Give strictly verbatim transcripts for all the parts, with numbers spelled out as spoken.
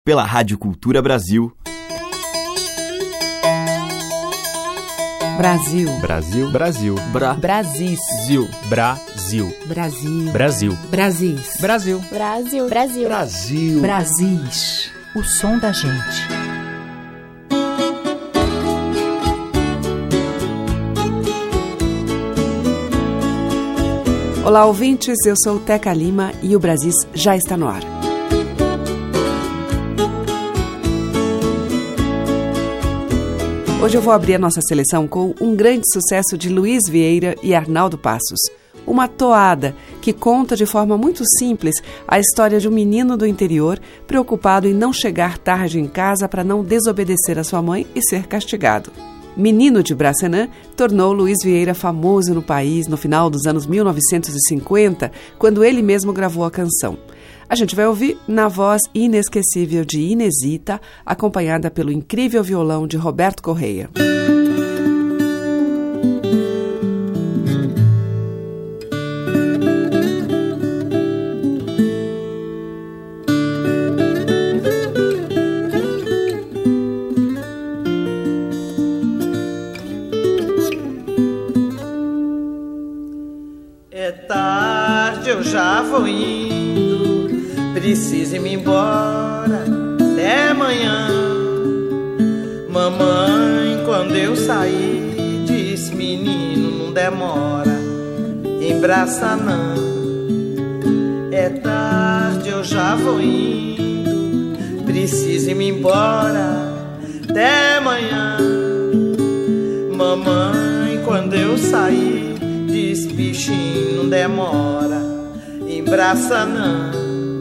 pela Rádio Cultura Brasil. Brasil. Brasil. Brasil. Bra. Brasis. Zil. Brasil. Brasil. Brasil. Brasis. Brasil. Brasil. Brasil. Brasil. Brasis. O som da gente. Olá, ouvintes. Eu sou Teca Lima e o Brasis já está no ar. Hoje eu vou abrir a nossa seleção com um grande sucesso de Luiz Vieira e Arnaldo Passos. Uma toada que conta de forma muito simples a história de um menino do interior preocupado em não chegar tarde em casa para não desobedecer a sua mãe e ser castigado. Menino de Bracenã tornou Luiz Vieira famoso no país no final dos anos mil novecentos e cinquenta, quando ele mesmo gravou a canção. A gente vai ouvir na voz inesquecível de Inesita, acompanhada pelo incrível violão de Roberto Correia. É tarde, eu já vou indo, preciso ir embora, até amanhã. Mamãe, quando eu saí, disse: menino, não demora, embraça não. É tarde, eu já vou indo, preciso ir embora, até amanhã. Mamãe, quando eu saí, disse: bichinho, não demora, embraça não.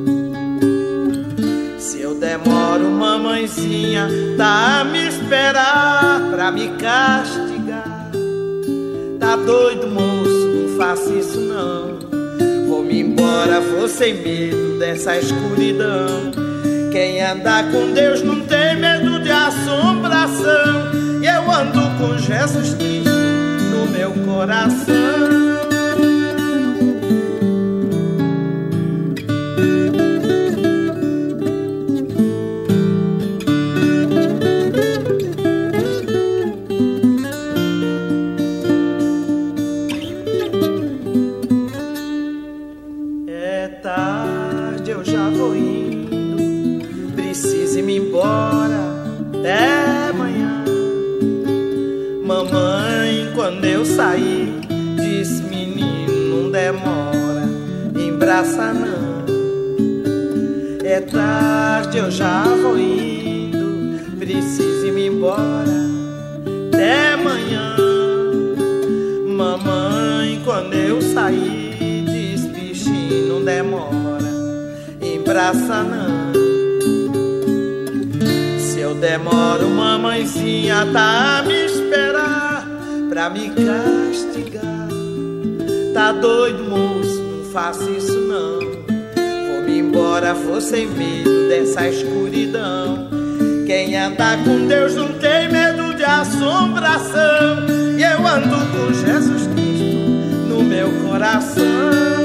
Se eu demoro, mamãezinha tá a me esperar pra me castigar. Tá doido, moço, não faça isso não. Vou-me embora, vou sem medo dessa escuridão. Quem anda com Deus não tem medo de assombração. E eu ando com Jesus Cristo no meu coração. É tarde, eu já vou indo, preciso ir-me embora, até amanhã. Mamãe, quando eu saí, disse: menino, não demora, embraça não. É tarde, eu já vou indo, preciso ir-me embora, até amanhã. Mamãe, quando eu saí, disse: bichinho, não demora, embraça não. Se eu demoro, mamãezinha tá a me esperar pra me castigar. Tá doido, moço, não faça isso não. Vou-me embora, vou sem medo dessa escuridão. Quem anda com Deus não tem medo de assombração. E eu ando com Jesus Cristo no meu coração.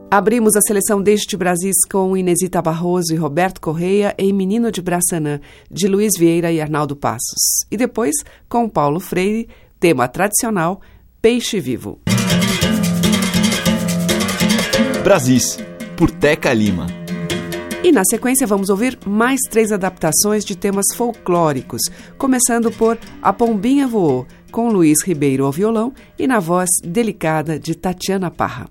Abrimos a seleção deste Brasis com Inesita Barroso e Roberto Correia em Menino de Braçanã, de Luiz Vieira e Arnaldo Passos. E depois, com Paulo Freire, tema tradicional, Peixe Vivo. Brasis, por Teca Lima. E na sequência vamos ouvir mais três adaptações de temas folclóricos, começando por A Pombinha Voou, com Luiz Ribeiro ao violão e na voz delicada de Tatiana Parra.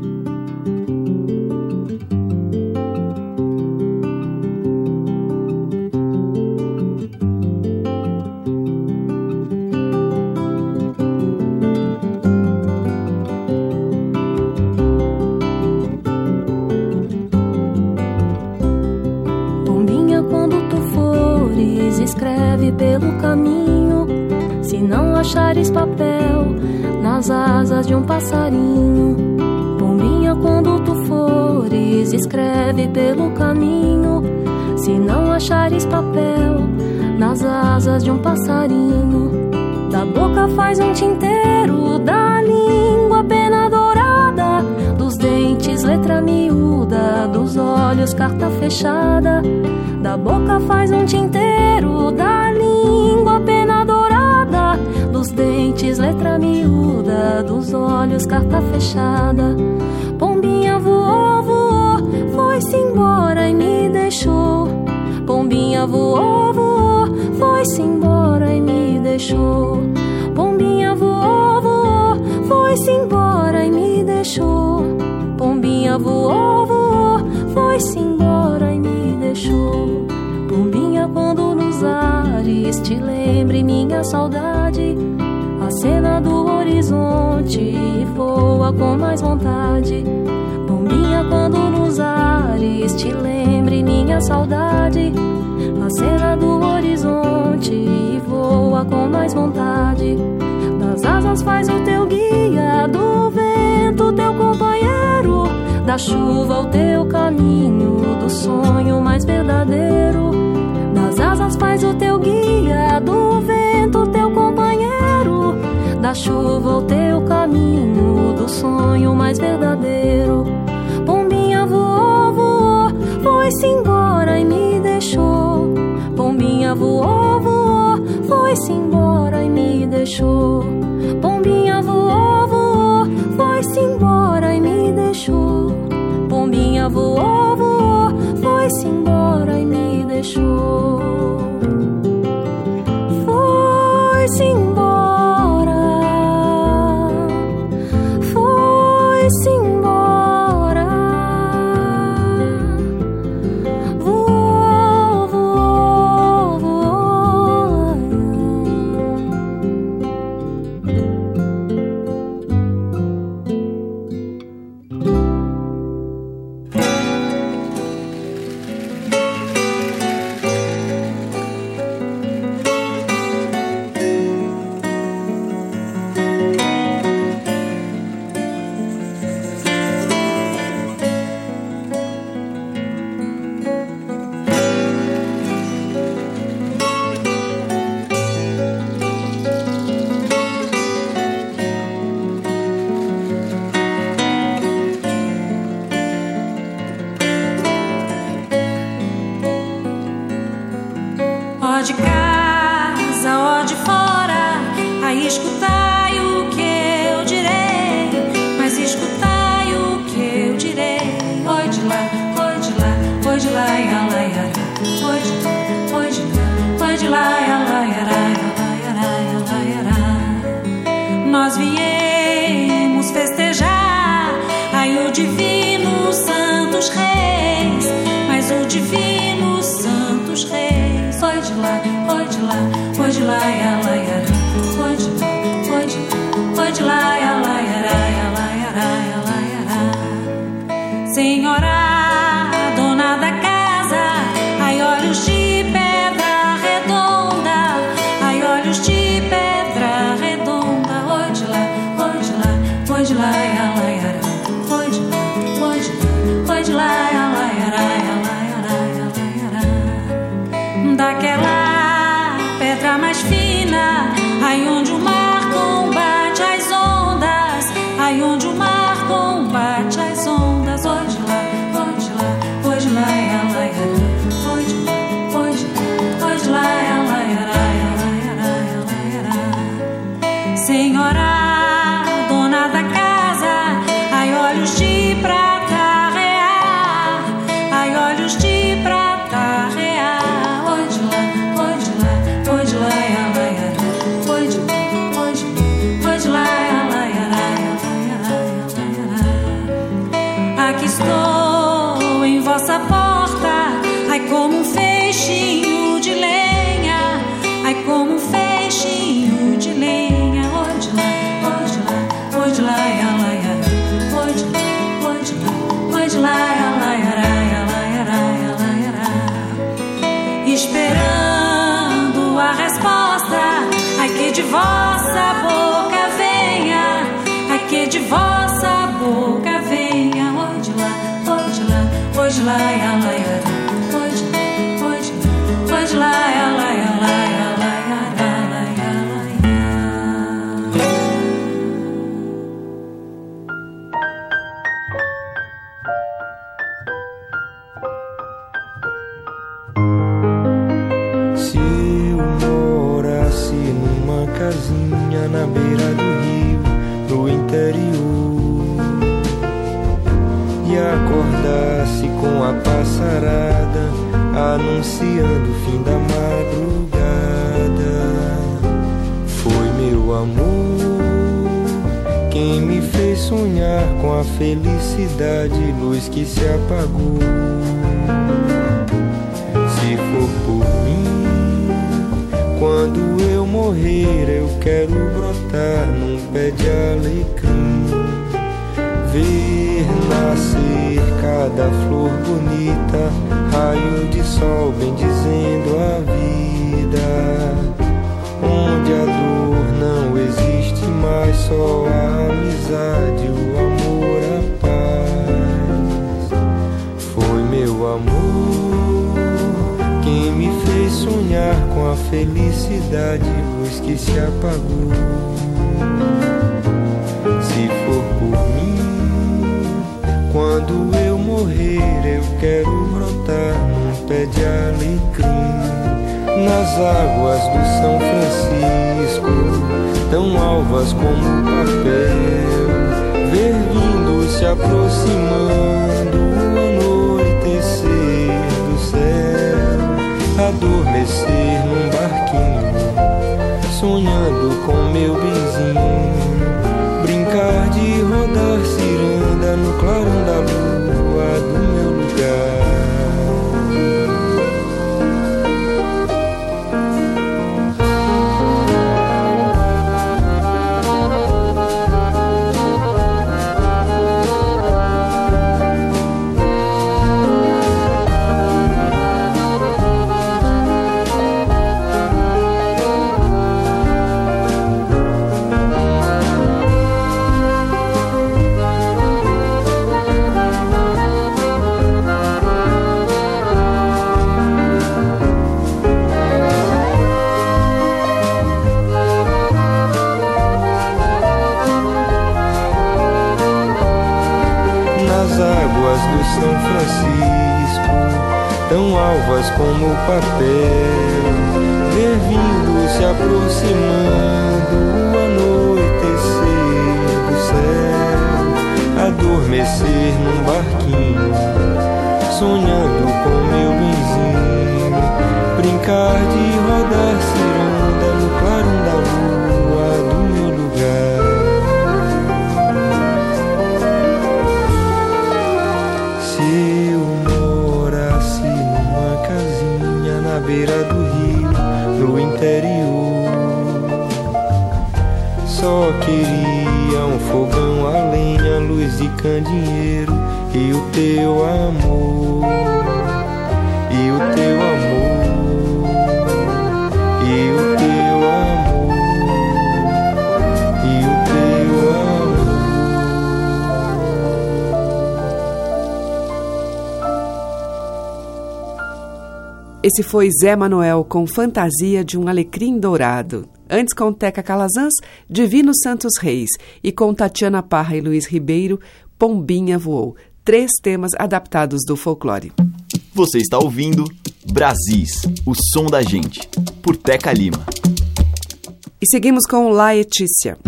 Escreve pelo caminho, se não achares papel nas asas de um passarinho. Pombinha, quando tu fores, escreve pelo caminho, se não achares papel nas asas de um passarinho. Da boca faz um tinteiro, da língua pena dourada, dos dentes letra miúda, dos olhos carta fechada. Da boca faz um tinteiro, da língua pena dourada, dos dentes letra miúda, dos olhos carta fechada. Pombinha voou, voou, foi-se embora e me deixou. Pombinha voou, voou, foi-se embora e me deixou. Pombinha voou, voou, foi-se embora e me deixou. Pombinha voou, voou, foi-se embora e me deixou. Pombinha, quando nos ares te lembre minha saudade, a cena do horizonte e voa com mais vontade. Pombinha, quando nos ares te lembre minha saudade, a cena do horizonte e voa com mais vontade. Das asas faz o teu guia, do vento teu companheiro, da chuva o teu caminho, do sonho mais verdadeiro. Das asas faz o teu guia, do vento teu companheiro, da chuva o teu caminho, do sonho mais verdadeiro. Pombinha voou, voou, foi-se embora e me deixou. Pombinha voou, voou, foi-se embora e me deixou. Pombinha voou, voou, foi-se embora e me deixou. Pombinha voou, voou, foi-se embora e me deixou. Foi-se embora, foi-se embora. Voou, voou, voou. Ó de casa, ó de fora, aí escutai o que eu direi, mas escutai o que eu direi. Oi de lá, oi de lá, oi de lá, iala, iara. Oi de lá, oi de lá, oi de lá, iala, iara, iala, iara, iala, iara. Nós viemos festejar, ai o divino Santos Reis, mas o divino Santos Reis. Oi de lá, oi de lá, oi de lá, iala, iara. Oi de lá, oi de lá, oi de lá, iala, iara, iala, iara, iala, iara. Senhora, dona da casa, ai olhos de pedra redonda, ai olhos de pedra redonda. Oi de lá, oi de lá, oi de lá, iala, iara. Oi de lá, oi de lá, oi de lá, iala, iara, iala, iara, iala, iara. Daquela pedra mais fina, ai onde o mar combate as ondas, ai onde o mar combate as ondas. aqui estou em vossa porta, ai como um feixinho de lenha, ai como um feixinho de lenha. Oi de lá, oi de lá, oi de lá, ia lá, ia lá. Oi de lá, oi de lá, oi de lá, ia lá, ia lá, ia lá, ia lá, ia lá, ia lá. Esperando a resposta, ai que de vossa boca venha, ai que de vossa boca venha. Oi de lá, oi de lá, oi de lá, ia lá, ia lá. Oi de lá, oi de lá, oi de lá, ia lá, ia lá, ia lá, ia lá, ia lá, ia lá. Se eu morasse numa casinha na beira do rio, no interior, e acordasse com a passarada anunciando o fim da madrugada, foi meu amor quem me fez sonhar com a felicidade, luz que se apagou. Se for por mim, quando eu morrer, eu quero brotar num pé de alecrim, ver nascer cada flor bonita, raio de sol bendizendo a vida, onde a dor não existe mais, só a amizade, o amor, a paz. Foi meu amor quem me fez sonhar com a felicidade, luz que se apagou. Se for por mim, quando eu morrer, eu quero brotar num pé de alecrim, nas águas do São Francisco, tão alvas como o papel, ver vindo se aproximando o anoitecer do céu, adormecer num barquinho, sonhando com meu benzinho, brincar de rodar ciranda no clarão da lua do meu lugar. São Francisco, tão alvas como o papel, ver vindo se aproximando o anoitecer do céu, adormecer num barquinho, sonhando com meu benzinho, brincar de rodar ciranda no clarão da lua do meu lugar. Se eu morasse numa casinha na beira do rio, no interior, só queria um fogão a lenha, luz de candeeiro e o teu amor, e o teu amor, e o teu amor, e o teu amor. Esse foi Zé Manuel com Fantasia de um Alecrim Dourado. Antes com Teca Calazans, Divino Santos Reis. E com Tatiana Parra e Luiz Ribeiro, Pombinha Voou. Três temas adaptados do folclore. Você está ouvindo Brasis, o som da gente, por Teca Lima. E seguimos com Laetícia.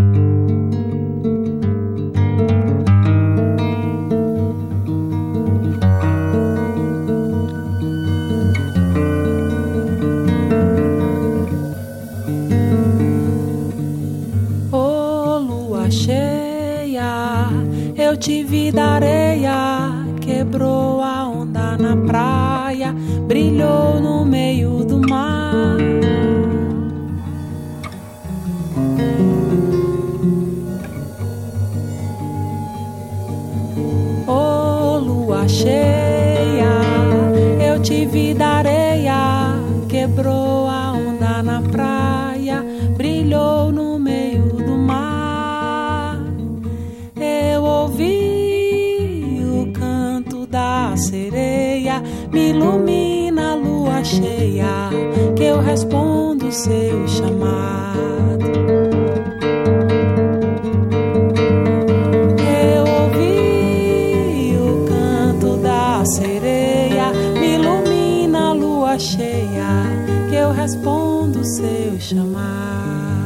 Ô lua cheia, eu te vi da areia, brilhou no meio do mar. Oh, lua cheia, eu te vi da areia, quebrou a onda na praia, brilhou no meio do mar. Eu ouvi o canto da sereia, me ilumina a lua cheia, que eu respondo seu chamado. Eu ouvi o canto da sereia, me ilumina a lua cheia, que eu respondo seu chamado.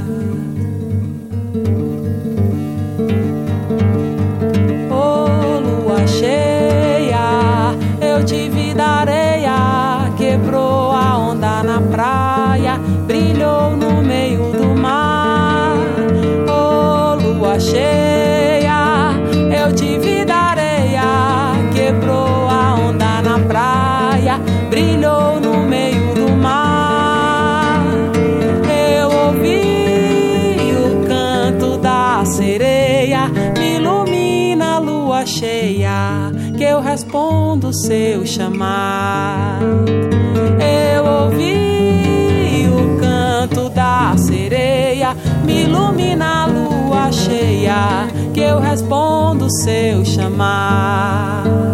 Oh, lua cheia, eu te vi da areia, quebrou a onda na praia, brilhou no meio do mar. Oh, lua cheia, eu te vi da areia, quebrou a onda na praia, brilhou no meio do mar. Eu ouvi o canto da sereia, me ilumina a lua cheia, que eu respondo seu chamado. Eu ouvi o canto da sereia, me ilumina a lua cheia, que eu respondo seu chamado.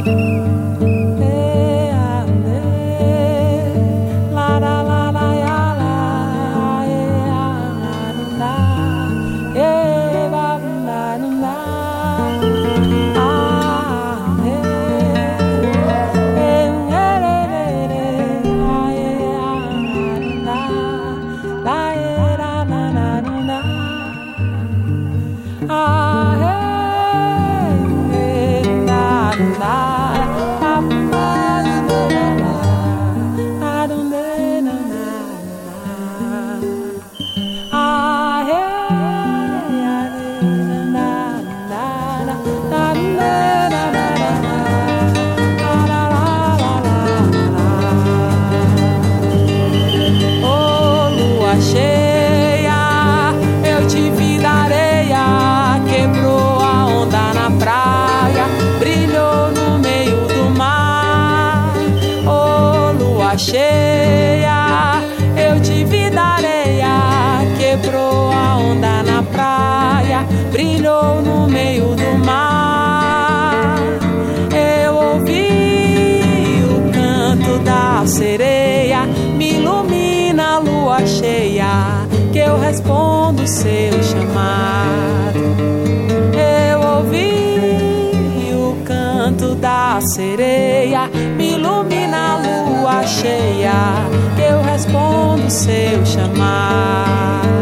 Cheia, eu te vi da areia, quebrou a onda na praia, brilhou no meio do mar. Eu ouvi o canto da sereia, me ilumina a lua cheia, que eu respondo seu chamado. Eu ouvi o canto da sereia, me ilumina a lua cheia, que eu respondo seu chamado.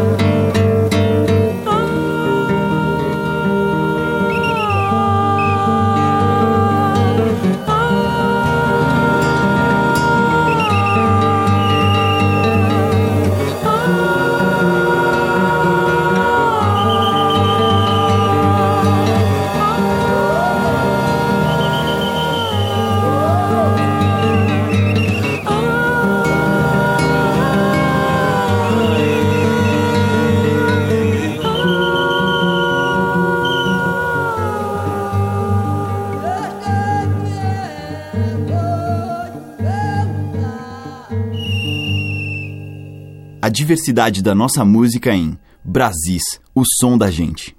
A diversidade da nossa música em Brasis, o som da gente.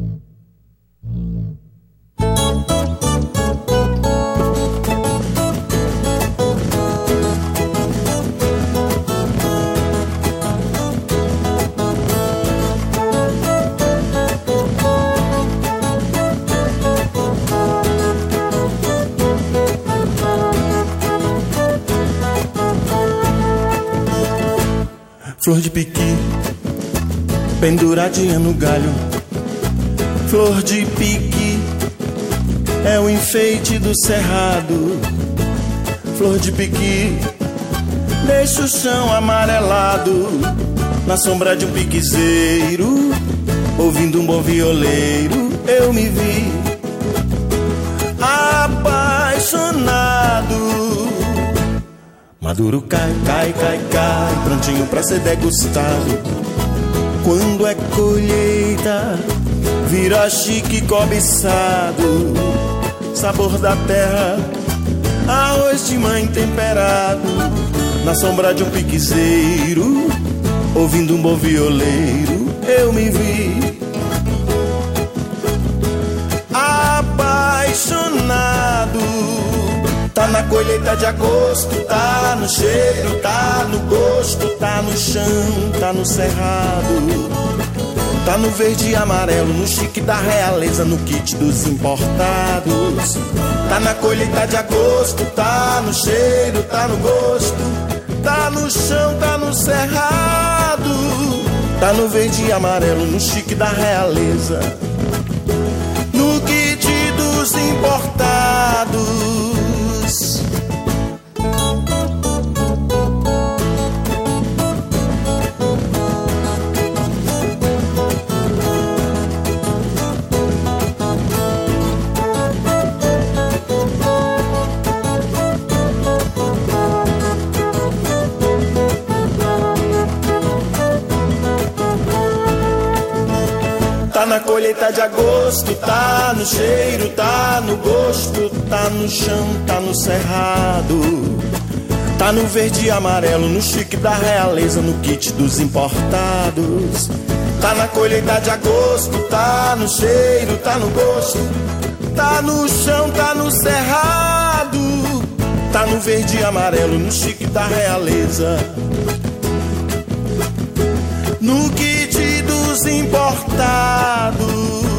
Flor de piqui, penduradinha no galho. Flor de piqui, é o enfeite do cerrado. Flor de piqui, deixa o chão amarelado na sombra de um piquizeiro. Ouvindo um bom violeiro, eu me vi apaixonado maduro cai, cai, cai, cai, prontinho pra ser degustado. Quando é colheita, vira chique cobiçado. Sabor da terra, arroz de mãe temperado, na sombra de um piquezeiro, ouvindo um bom violeiro, eu me vi apaixonado. Tá na colheita de agosto, tá no cheiro, tá no gosto, tá no chão, tá no cerrado, tá no verde e amarelo, no chique da realeza, no kit dos importados. Tá na colheita de agosto, tá no cheiro, tá no gosto, tá no chão, tá no cerrado, tá no verde e amarelo, no chique da realeza, no kit dos importados. Tá na colheita de agosto, tá no cheiro, tá no gosto, tá no chão, tá no cerrado, tá no verde e amarelo, no chique da realeza, no kit dos importados. Tá na colheita de agosto, tá no cheiro, tá no gosto, tá no chão, tá no cerrado, tá no verde e amarelo, no chique da realeza, no kit dos importados.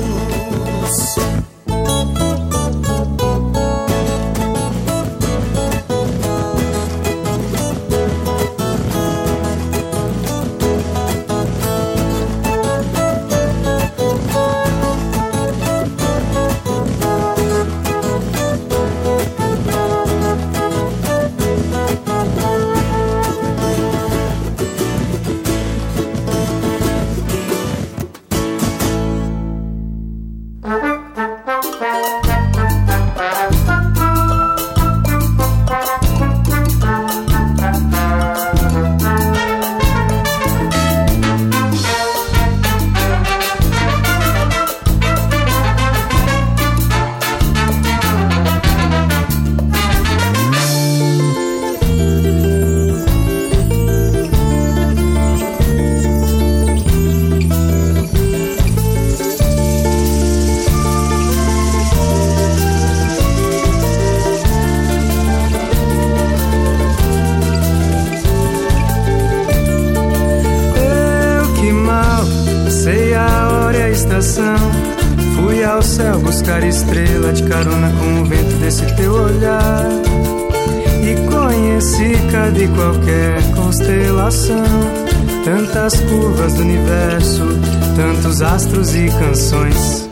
Fui ao céu buscar estrela de carona com o vento desse teu olhar, e conheci cada e qualquer constelação, tantas curvas do universo, tantos astros e canções.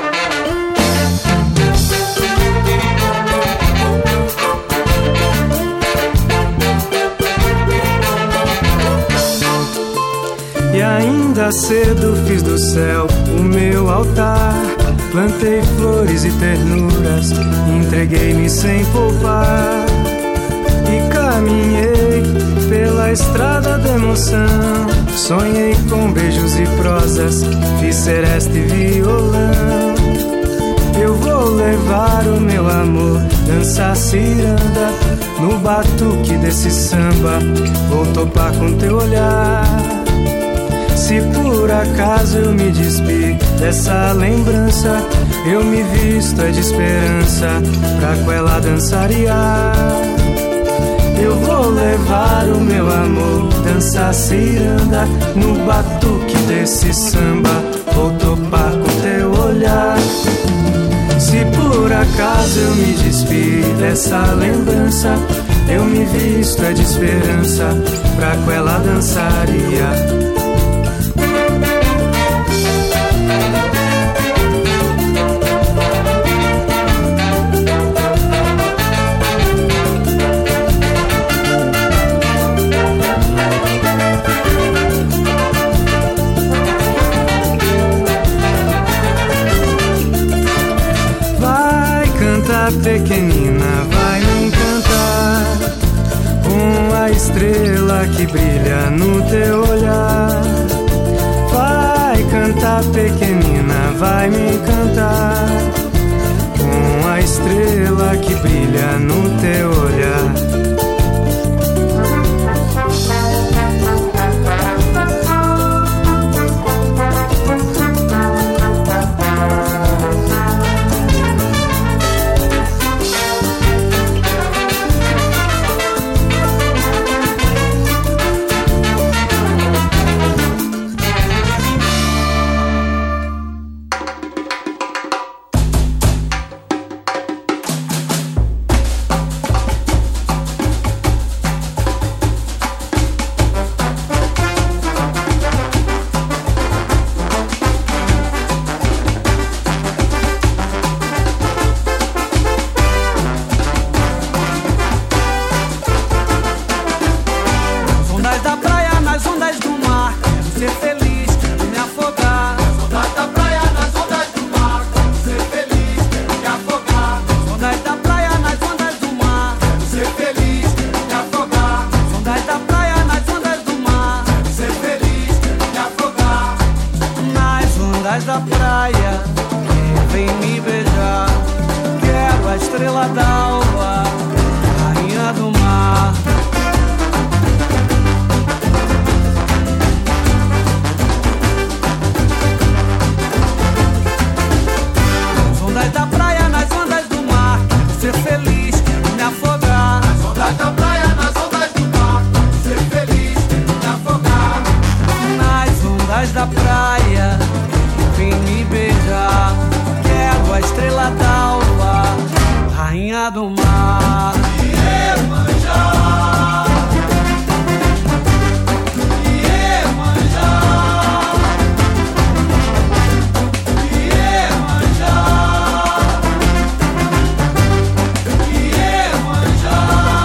E ainda cedo fiz do céu o meu altar, plantei flores e ternuras, entreguei-me sem poupar, e caminhei pela estrada da emoção, sonhei com beijos e prosas, fiz seresta e violão. Eu vou levar o meu amor, dançar ciranda, no batuque desse samba, vou topar com teu olhar. Se por acaso eu me despir dessa lembrança, eu me visto é de esperança pra com ela dançariar. Eu vou levar o meu amor, dançar ciranda, no batuque desse samba, vou topar com teu olhar. Se por acaso eu me despir dessa lembrança, eu me visto é de esperança pra com ela dançaria. Pequenina, vai me encantar com a estrela que brilha no teu olhar. Vai cantar, pequenina, vai me cantar, com a estrela que brilha no teu olhar. Da praia, vem me beijar. Quero a estrela d'alva, rainha do mar. Nas ondas da praia, nas ondas do mar, quero ser feliz, quero me afogar. Nas ondas da praia, nas ondas do mar, quero ser feliz, quero me afogar. Nas ondas da praia, vem me beijar. Quero a estrela d'alva, rainha do mar. Iemanjá, Iemanjá, Iemanjá, Iemanjá.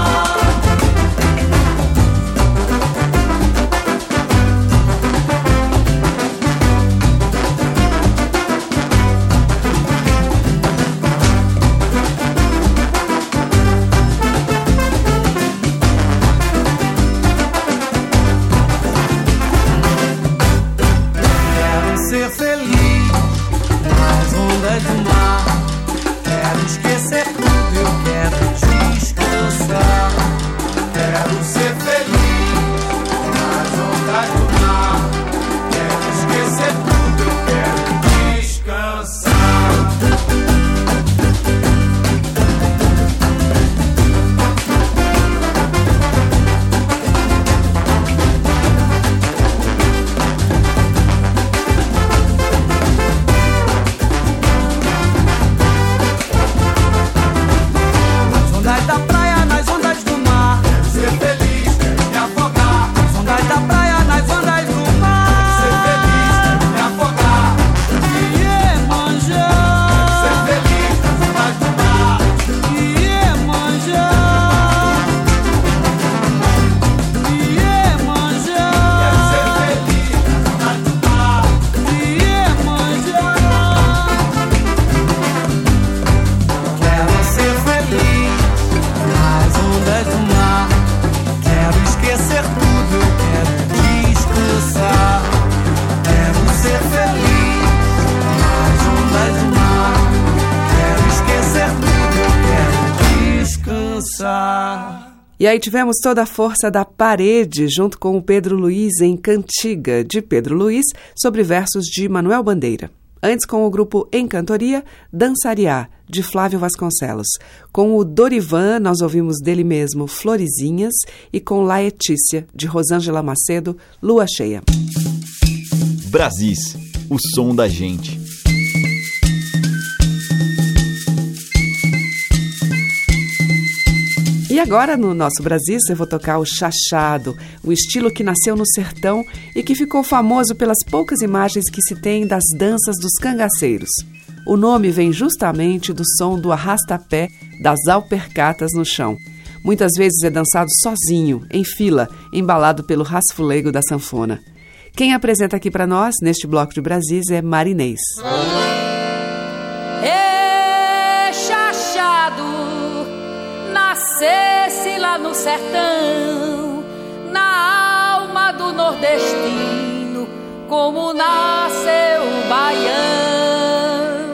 Ser feliz nas ondas do mar. Quero esquecer tudo, eu quero descansar. Quero ser feliz nas ondas do mar. Quero esquecer tudo, eu quero descansar. Da praia, nas ondas do mar, quero ser feliz, quero me afogar. Nas ondas da praia, nas ondas do mar, quero ser feliz, quero me afogar. Iemanjá, quero ser feliz nas ondas do mar. Iemanjá, Iemanjá, quero ser feliz nas ondas do mar. Iemanjá, quero ser feliz nas ondas do mar. Quero esquecer tudo, eu quero descansar. Quero ser feliz nas ondas do mar. Quero esquecer tudo, eu quero descansar. E aí tivemos toda a força da Parede, junto com o Pedro Luiz em Cantiga, de Pedro Luiz, sobre versos de Manuel Bandeira. Antes, com o grupo Em Cantoria, Dançariá, de Flávio Vasconcelos. Com o Dorivan, nós ouvimos dele mesmo Florezinhas, e com Laetícia, de Rosângela Macedo, Lua Cheia. Brasis, o som da gente. E agora, no nosso Brasil, eu vou tocar o chachado, um estilo que nasceu no sertão e que ficou famoso pelas poucas imagens que se tem das danças dos cangaceiros. O nome vem justamente do som do arrastapé das alpercatas no chão. Muitas vezes é dançado sozinho, em fila, embalado pelo rasfuleigo da sanfona. Quem apresenta aqui para nós, neste bloco de Brasis, é Marinês. Ê, chachado, nascesse lá no sertão, gado nordestino, como nasceu o baião.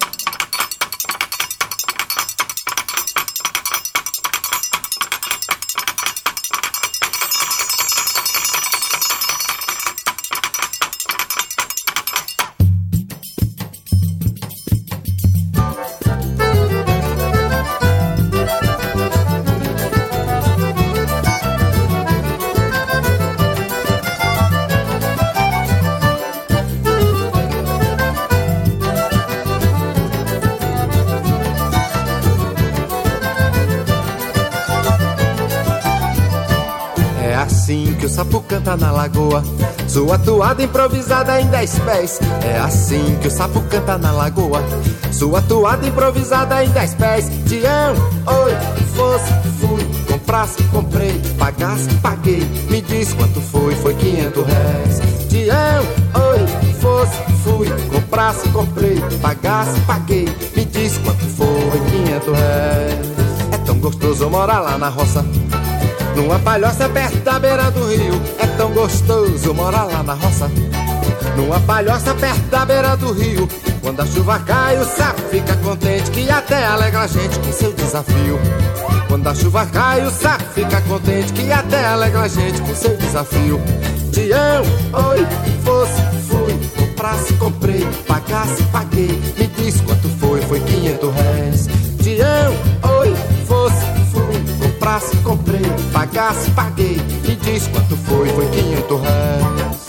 assim que o sapo canta na lagoa, sua toada improvisada em dez pés. É assim que o sapo canta na lagoa, sua toada improvisada em dez pés. Tião, oi, fosse, fui, comprasse, comprei, pagasse, paguei. Me diz quanto foi, foi quinhentos réis. Tião, oi, fosse, fui, comprasse, comprei, pagasse, paguei. Me diz quanto foi, quinhentos réis. É tão gostoso morar lá na roça, numa palhoça perto da beira do rio. É tão gostoso morar lá na roça, numa palhoça perto da beira do rio. Quando a chuva cai o sapo fica contente, que até alegra a gente com seu desafio. Quando a chuva cai o sapo fica contente, que até alegra a gente com seu desafio. Tião, oi, fosse, fui, comprasse, comprei, pagasse, paguei. Me diz quanto foi, foi quinhentos réis. Tião, oi, fosse, fui, comprasse, comprei, pagasse, paguei. Me diz quanto foi, foi quinhentos réis.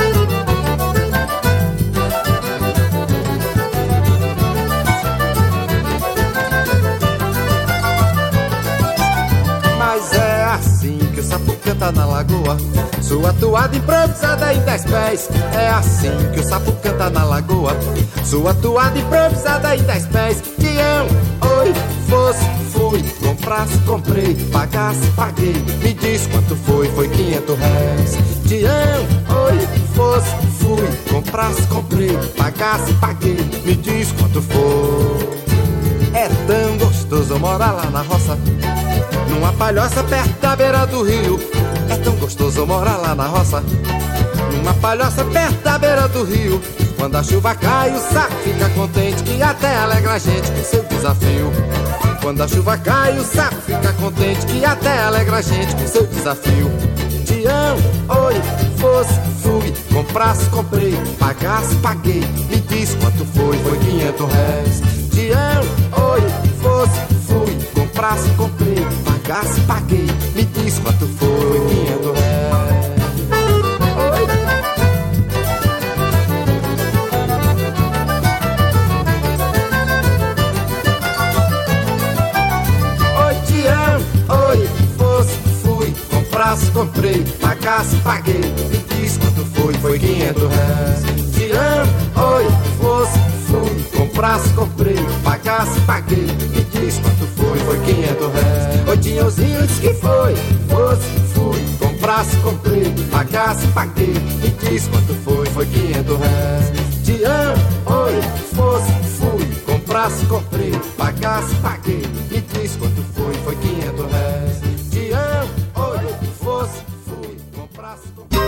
Mas é assim que o sapo canta na lagoa, sua toada improvisada em dez pés. É assim que o sapo canta na lagoa, sua toada improvisada em dez pés. Tião, oi, fosse, fui, comprasse, comprei, pagasse, paguei. Me diz quanto foi, foi quinhentos réis. Tião, oi, fosse, fui, comprasse, comprei, pagasse, paguei. Me diz quanto foi. É tão gostoso morar lá na roça, numa palhoça perto da beira do rio. É tão gostoso morar lá na roça, numa palhoça perto da beira do rio. Quando a chuva cai o sapo fica contente, que até alegra a gente com seu desafio. Quando a chuva cai o sapo fica contente, que até alegra a gente com seu desafio. Tião, oi, fosse, fui, comprasse, comprei, pagasse, paguei. Me diz quanto foi, foi quinhentos réis. Tião, oi, fosse, fui, comprasse, comprei, pagasse, paguei. Me diz quanto foi, foi quinhentos réis. Oi, fosse, fui, comprasse, comprei, pagasse, paguei. Me diz quanto foi, foi quinhentos réis. Tião, oi, fosse, fui, comprasse, comprei, pagasse, paguei. Me diz quanto foi, foi quinhentos réis. Oi, Tiãozinho disse que foi, fosse, fui, comprasse, comprei, pagasse, paguei. Me diz quanto foi, foi quinhentos réis. Tião, oi, fosse, fui, comprasse, comprei, pagasse, paguei. Me diz quanto foi, foi quinhentos réis. Tião, oi, fosse, fui, comprasse, comprei.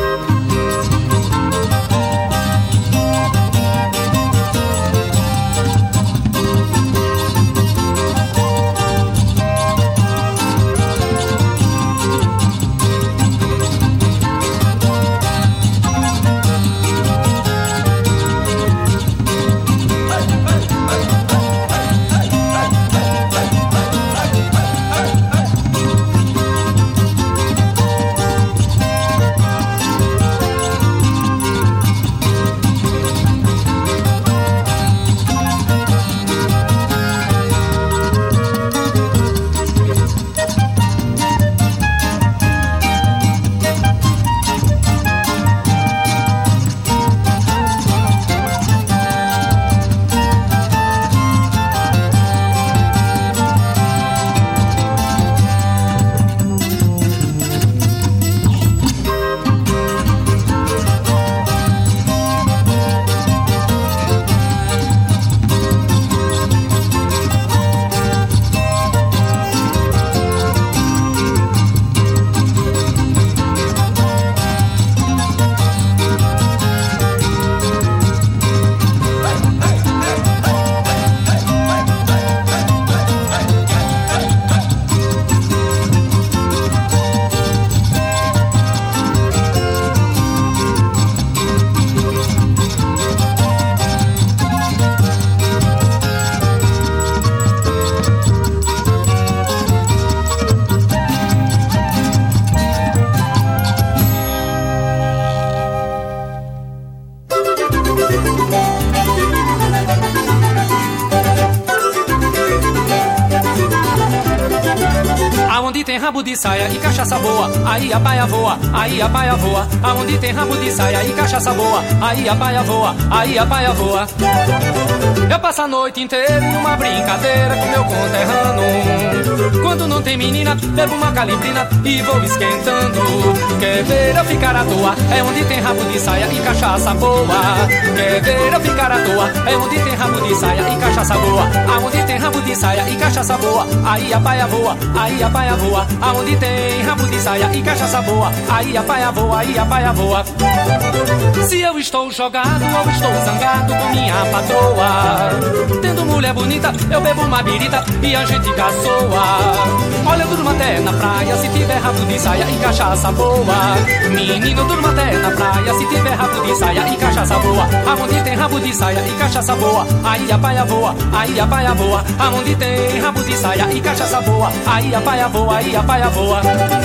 tem rabo de saia e cachaça boa, aí a baia voa, aí a baia voa. Aonde tem rabo de saia e cachaça boa, aí a baia voa, aí a baia voa. Eu passo a noite inteira em uma brincadeira com meu conterrâneo. Quando não tem menina, bebo uma calibrina e vou esquentando. Quer ver eu ficar à toa? É onde tem rabo de saia e cachaça boa. Quer ver eu ficar à toa? É onde tem rabo de saia e cachaça boa. Aonde tem rabo de saia e cachaça boa, aí a baia voa, aí a baia voa. Aonde tem rabo de saia e cachaça boa, aí a baia voa, aí a baia voa. Se eu estou jogado ou estou zangado com minha patroa, tendo mulher bonita, eu bebo uma birita e a gente caçoa. Olha, eu durmo até na praia se tiver rabo de saia e cachaça boa. Menino, durmo até na praia se tiver rabo de saia e cachaça boa. Aonde tem rabo de saia e cachaça boa, aí a baia voa, aí a baia voa. Aonde tem rabo de saia e cachaça boa, aí a baia voa, aí a baia voa.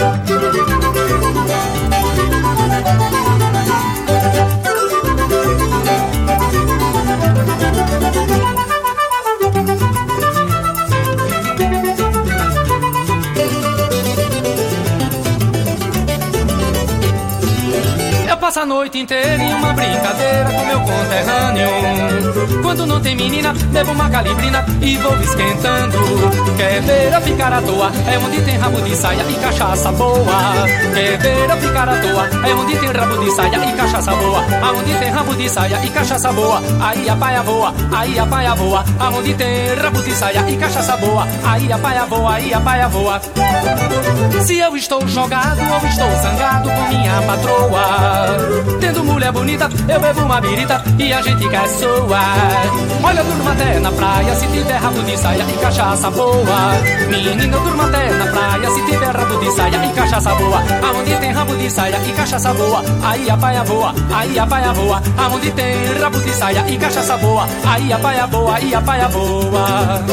Passo a noite inteira em uma brincadeira com meu conterrâneo. Quando não tem menina, bebo uma calibrina e vou esquentando. Quer ver eu ficar à toa? É onde tem rabo de saia e cachaça boa. Quer ver eu ficar à toa? É onde tem rabo de saia e cachaça boa. Aonde tem rabo de saia e cachaça boa, aí a baia voa, aí a baia voa. Aonde tem rabo de saia e cachaça boa, aí a baia voa, aí a baia voa. Se eu estou jogado ou estou zangado com minha patroa, tendo mulher bonita, eu bebo uma birita e a gente caçoa. Olha, eu durmo até na praia se tiver rabo de saia e cachaça boa. Menina, eu durmo até na praia se tiver rabo de saia e cachaça boa. Aonde tem rabo de saia e cachaça boa, aí a baia voa, aí a baia voa. Aonde tem rabo de saia e cachaça boa, aí a baia voa, aí a baia voa.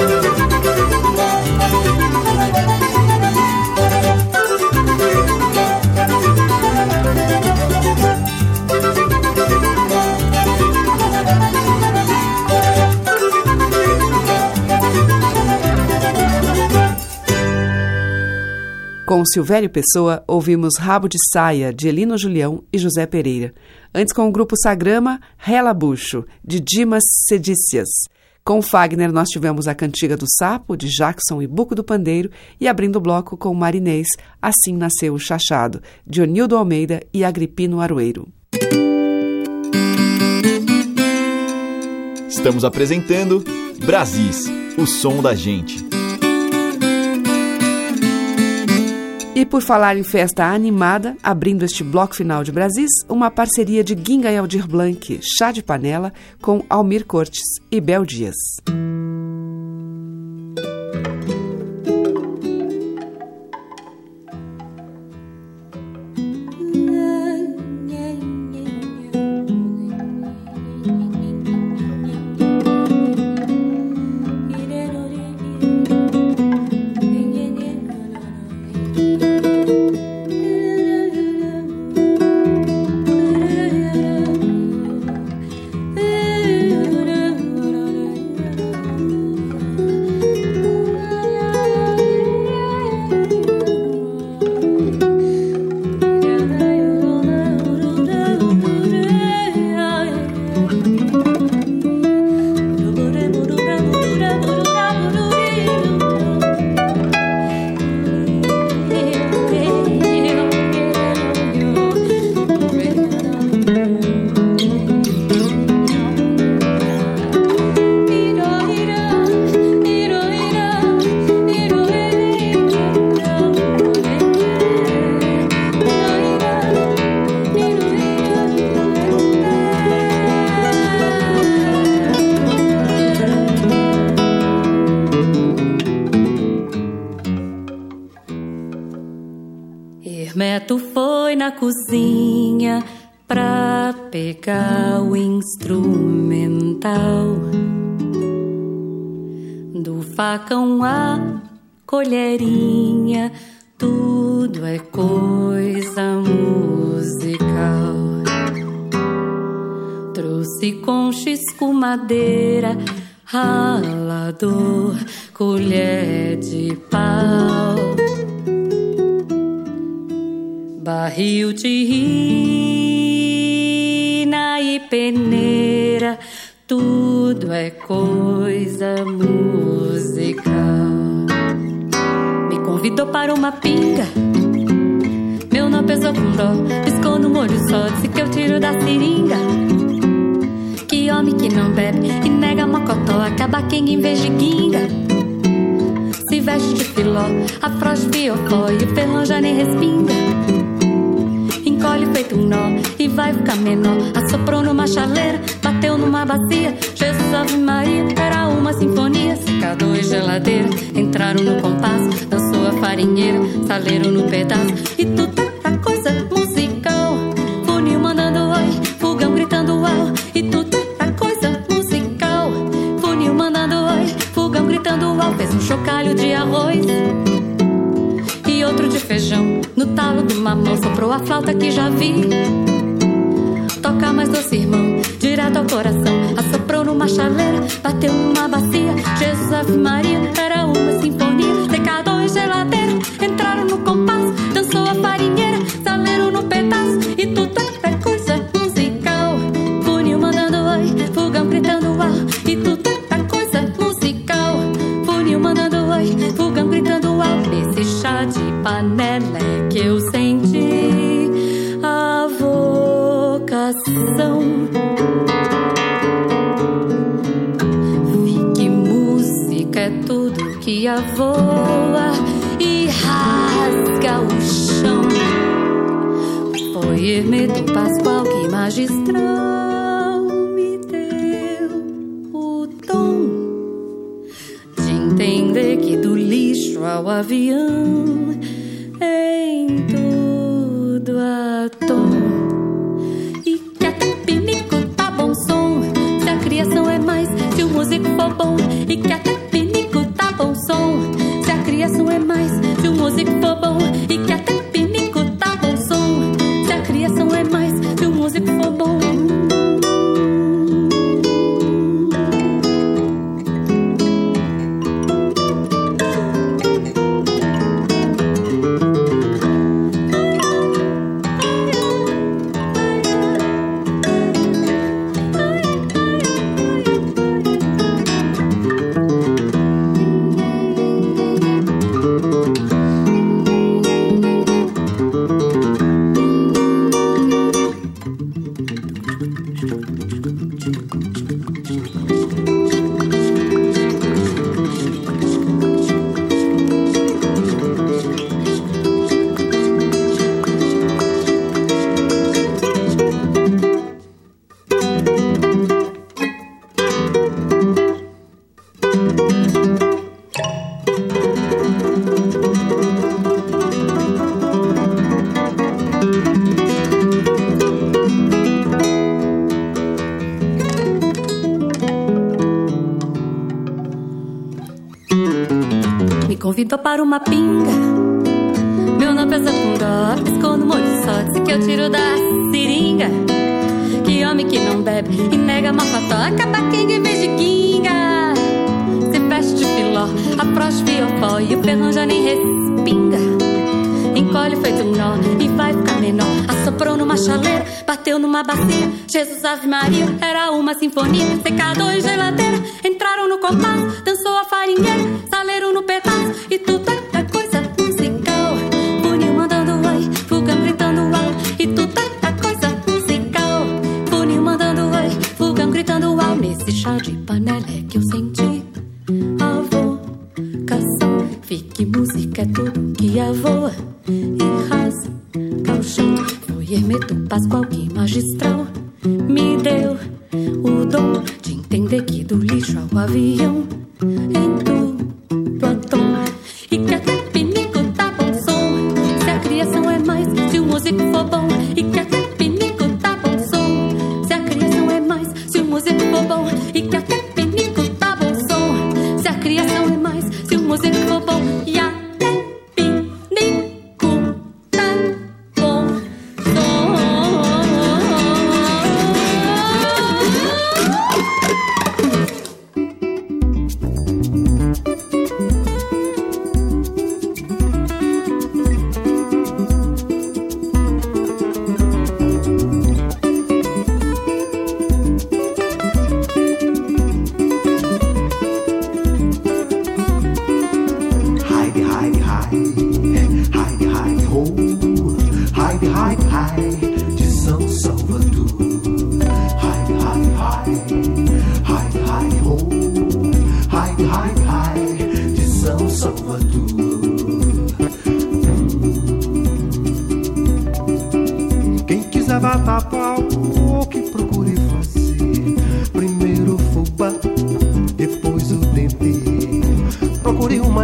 Com Silvério Pessoa, ouvimos Rabo de Saia, de Elino Julião e José Pereira. Antes, com o grupo Sagrama, Relabucho, de Dimas Sedícias. Com Fagner, nós tivemos a Cantiga do Sapo, de Jackson e Buco do Pandeiro, e abrindo o bloco com Marinês, Assim Nasceu o Chachado, de Onildo Almeida e Agripino Aroeiro. Estamos apresentando Brasis, o som da gente. E por falar em festa animada, abrindo este bloco final de Brasis, uma parceria de Ginga e Aldir Blanc, Chá de Panela, com Almir Cortes e Bel Dias. Hermeto foi na cozinha pra pegar o instrumental, do facão a colherinha, tudo é coisa musical. Trouxe concha, escumadeira, ralador, colher de pau. rio de Rina e peneira, tudo é coisa musical. Me convidou para uma pinga, meu não pesou com dó, piscou num olho só, disse que eu tiro da seringa. Que homem que não bebe e nega mocotó, acaba quem em vez de guinga. Se veste de filó, afroge fiofó e o ferrão já nem respinga. Encolhe feito um nó e vai ficar menor. Assoprou numa chaleira, bateu numa bacia. Jesus, Ave Maria, era uma sinfonia. Secador e geladeira entraram no compasso. Dançou a farinheira, saleiro no pedaço. E tudo tá coisa musical. Funil mandando oi, fogão gritando uau. E tudo tá coisa musical. Funil mandando oi, fogão gritando uau. Fez um chocalho de arroz e outro de feijão. No talo do mamão soprou a flauta que já vi. Toca mais doce, irmão, direto ao coração. Assoprou numa chaleira, bateu numa bacia. Jesus, Ave Maria, era uma sinfonia. Secador e geladeira entraram no compasso. Dançou a farinheira, saleiro no pedaço. E tudo é coisa musical. Funil mandando oi, fogão gritando uau. E tudo é coisa musical. Funil mandando oi, fogão gritando uau. Nesse chá de panela é que eu senti a vocação. Vi que música é tudo que avoa e rasga o chão. Foi Hermeto Pascoal que magistral me deu o dom de entender que do lixo ao avião em tudo há tom. E que até pinico tá bom som, se a criação é mais, se o músico for bom. E que até pinico tá bom som, se a criação é mais, se o músico for bom. E que até pinico tá bom som, se a criação é mais, se o músico for bom. Convidou para uma pinga, meu não pensa com dó, piscou no molho só, disse que eu tiro da seringa. Que homem que não bebe e nega mocotó, acaba quem em vez de guinga. Se veste de filó, afroche fiofó e o ferrão já nem respinga. Encolhe feito um nó e vai ficar menor. Assoprou numa chaleira, bateu numa bacia. Jesus, Ave Maria, era uma sinfonia. Secador e geladeira entraram no compasso. Dançou a farinheira, saleiro no pedaço. E tudo é coisa musical. Funil mandando oi, fogão gritando uau. E tudo é coisa musical. Funil mandando oi, fogão gritando uau. Nesse chá de panela é que eu senti a vocação. Fique música é tudo que avoa e rasga o chão. Foi Hermeto Pascoal que magistral me deu o dom de entender que do lixo ao avião em tudo há tom. E que até pinico tá bom som, se a criação é mais, se o músico for bom. E que até pinico tá bom som, se a criação é mais, se o músico for bom. E que até pinico tá bom som, se a criação é mais, se o músico for bom. E até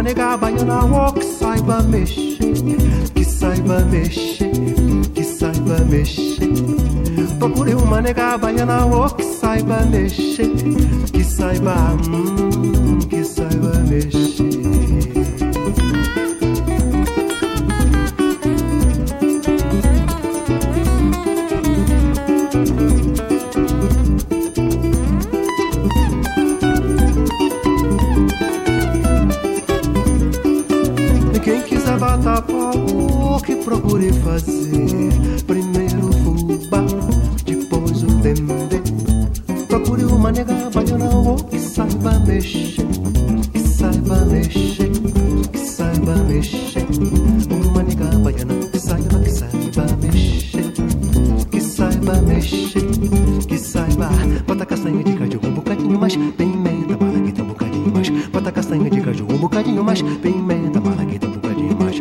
nega baiana, oh, que saiba mexer, que saiba mexer, que saiba mexer. Procure uma nega baiana, oh, que saiba mexer, que saiba, hum, que saiba mexer. Quem quiser bater pau, que procure fazer primeiro fubá, depois o dendê. Procure uma nega baiana, oh, que saiba mexer, que saiba mexer, que saiba mexer. Uma nega baiana que saiba, que saiba mexer, que saiba mexer, que saiba. Bota castanha de caju um bocadinho mais, pimenta, malagueta um bocadinho mais. Bota castanha de caju um bocadinho mais, pimenta, malagueta um bocadinho mais.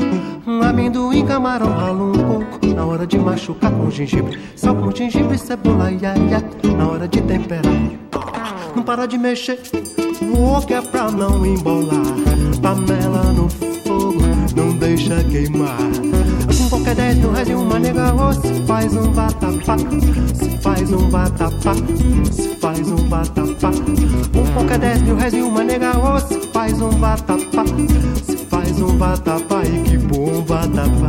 Um amendoim, camarão, ralo um pouco na hora de machucar com gengibre. Sal com gengibre, cebola, ia, ia, na hora de temperar. Não para de mexer, o que é pra não embolar. Panela no fogo, não deixa queimar. Com qualquer dez mil reais e uma nega, oh, se faz um vatapá, se faz um vatapá, se faz um vatapá. Com qualquer dez mil reais e uma nega, oh, se faz um vatapá, se faz um vatapá. E que bom vatapá.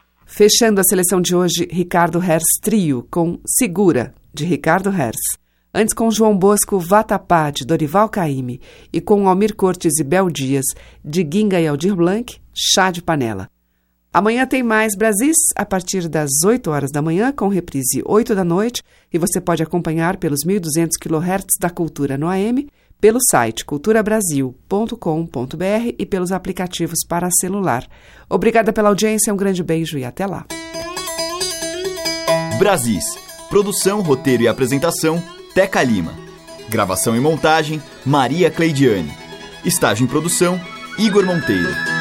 Fechando a seleção de hoje, Ricardo Herz Trio, com Segura, de Ricardo Herz. Antes com João Bosco, Vatapá, de Dorival Caymmi, e com Almir Cortes e Bel Dias, de Ginga e Aldir Blanc, Chá de Panela. Amanhã tem mais Brasis, a partir das oito horas da manhã, com reprise oito da noite, e você pode acompanhar pelos mil e duzentos quilohertz da Cultura no A M, pelo site cultura brasil ponto com ponto b r e pelos aplicativos para celular. Obrigada pela audiência, um grande beijo e até lá. Brasis. Produção, roteiro e apresentação, Teca Lima. Gravação e montagem, Maria Cleidiane. Estágio em produção, Igor Monteiro.